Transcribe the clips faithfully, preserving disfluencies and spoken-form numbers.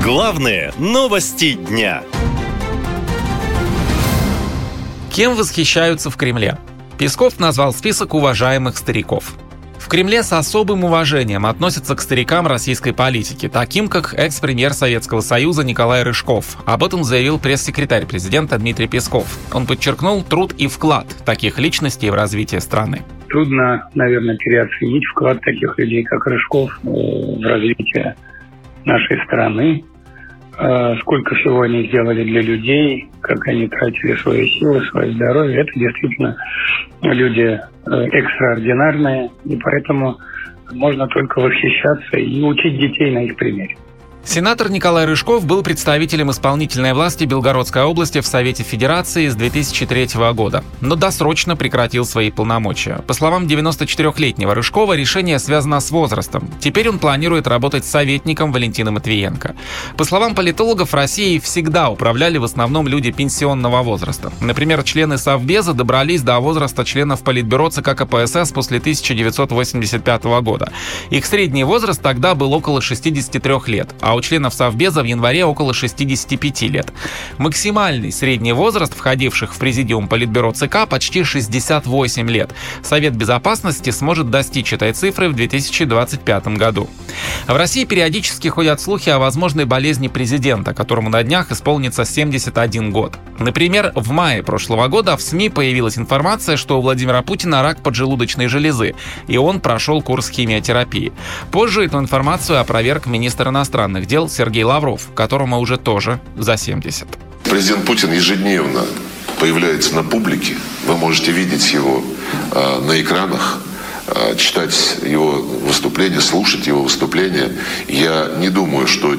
Главные новости дня. Кем восхищаются в Кремле? Песков назвал список уважаемых стариков. В Кремле с особым уважением относятся к старикам российской политики, таким как экс-премьер Советского Союза Николай Рыжков. Об этом заявил пресс-секретарь президента Дмитрий Песков. Он подчеркнул труд и вклад таких личностей в развитие страны. Трудно, наверное, переоценить вклад таких людей, как Рыжков, в развитие нашей страны. Сколько всего они сделали для людей, как они тратили свои силы, свое здоровье. Это действительно люди экстраординарные, и поэтому можно только восхищаться и учить детей на их примере. Сенатор Николай Рыжков был представителем исполнительной власти Белгородской области в Совете Федерации с две тысячи третьего года, но досрочно прекратил свои полномочия. По словам девяносто четырёхлетнего Рыжкова, решение связано с возрастом. Теперь он планирует работать советником Валентины Матвиенко. По словам политологов, Россией всегда управляли в основном люди пенсионного возраста. Например, члены Совбеза добрались до возраста членов Политбюро ЦК КПСС после тысяча девятьсот восемьдесят пятого года. Их средний возраст тогда был около шестидесяти трёх лет, а у членов Совбеза в январе около шестидесяти пяти лет. Максимальный средний возраст входивших в президиум Политбюро ЦК почти шестьдесят восемь лет. Совет Безопасности сможет достичь этой цифры в две тысячи двадцать пятом году. В России периодически ходят слухи о возможной болезни президента, которому на днях исполнится семьдесят один год. Например, в мае прошлого года в СМИ появилась информация, что у Владимира Путина рак поджелудочной железы, и он прошел курс химиотерапии. Позже эту информацию опроверг министр иностранных дел Сергей Лавров, которому уже тоже за семьдесят. Президент Путин ежедневно появляется на публике. Вы можете видеть его э, на экранах, э, читать его выступления, слушать его выступления. Я не думаю, что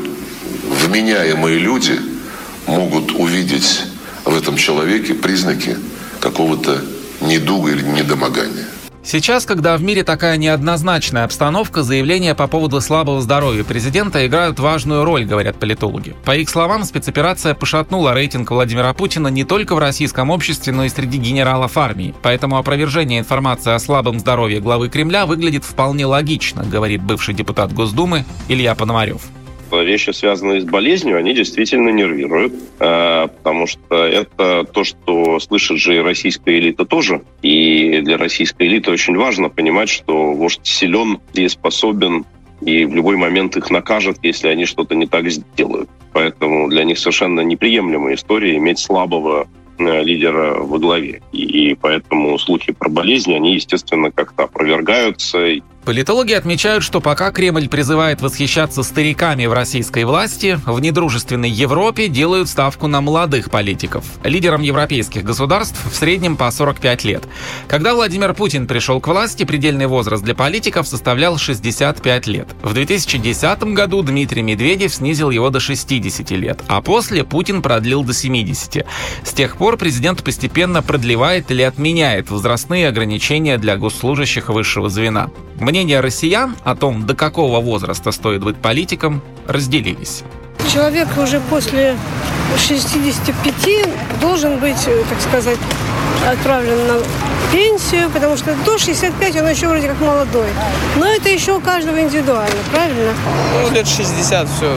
вменяемые люди могут увидеть в этом человеке признаки какого-то недуга или недомогания. Сейчас, когда в мире такая неоднозначная обстановка, заявления по поводу слабого здоровья президента играют важную роль, говорят политологи. По их словам, спецоперация пошатнула рейтинг Владимира Путина не только в российском обществе, но и среди генералов армии. Поэтому опровержение информации о слабом здоровье главы Кремля выглядит вполне логично, говорит бывший депутат Госдумы Илья Пономарев. Вещи, связанные с болезнью, они действительно нервируют, потому что это то, что слышит же и российская элита тоже. И для российской элиты очень важно понимать, что вождь силен и способен, и в любой момент их накажет, если они что-то не так сделают. Поэтому для них совершенно неприемлемая история иметь слабого лидера во главе. И поэтому слухи про болезни, они, естественно, как-то опровергаются. Политологи отмечают, что пока Кремль призывает восхищаться стариками в российской власти, в недружественной Европе делают ставку на молодых политиков. Лидерам европейских государств в среднем по сорок пять лет. Когда Владимир Путин пришел к власти, предельный возраст для политиков составлял шестьдесят пять лет. В две тысячи десятом году Дмитрий Медведев снизил его до шестидесяти лет, а после Путин продлил до семидесяти. С тех пор президент постепенно продлевает или отменяет возрастные ограничения для госслужащих высшего звена. Мнения россиян о том, до какого возраста стоит быть политиком, разделились. Человек уже после шестидесяти пяти должен быть, так сказать, отправлен на пенсию, потому что до шестидесяти пяти он еще вроде как молодой. Но это еще у каждого индивидуально, правильно? Ну, лет шестьдесят, все.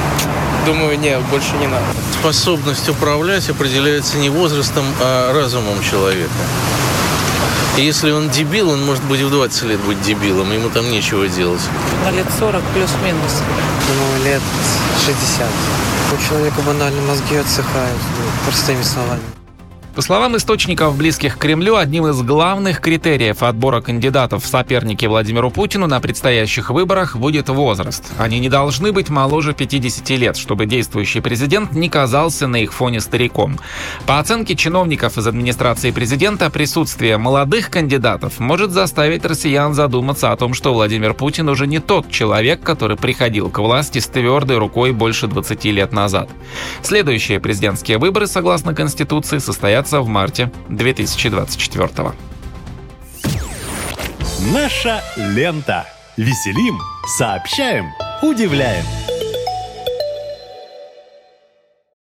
Думаю, нет, больше не надо. Способность управлять определяется не возрастом, а разумом человека. И если он дебил, он может быть в двадцать лет быть дебилом, ему там нечего делать. На лет сорок плюс-минус. Ну, лет шестьдесят. У человека банально мозги отсыхают, простыми словами. По словам источников, близких к Кремлю, одним из главных критериев отбора кандидатов в соперники Владимиру Путину на предстоящих выборах будет возраст. Они не должны быть моложе пятидесяти лет, чтобы действующий президент не казался на их фоне стариком. По оценке чиновников из администрации президента, присутствие молодых кандидатов может заставить россиян задуматься о том, что Владимир Путин уже не тот человек, который приходил к власти с твердой рукой больше двадцати лет назад. Следующие президентские выборы, согласно Конституции, состоятся в марте две тысячи двадцать четвёртого. Наша лента. Веселим, сообщаем, удивляем.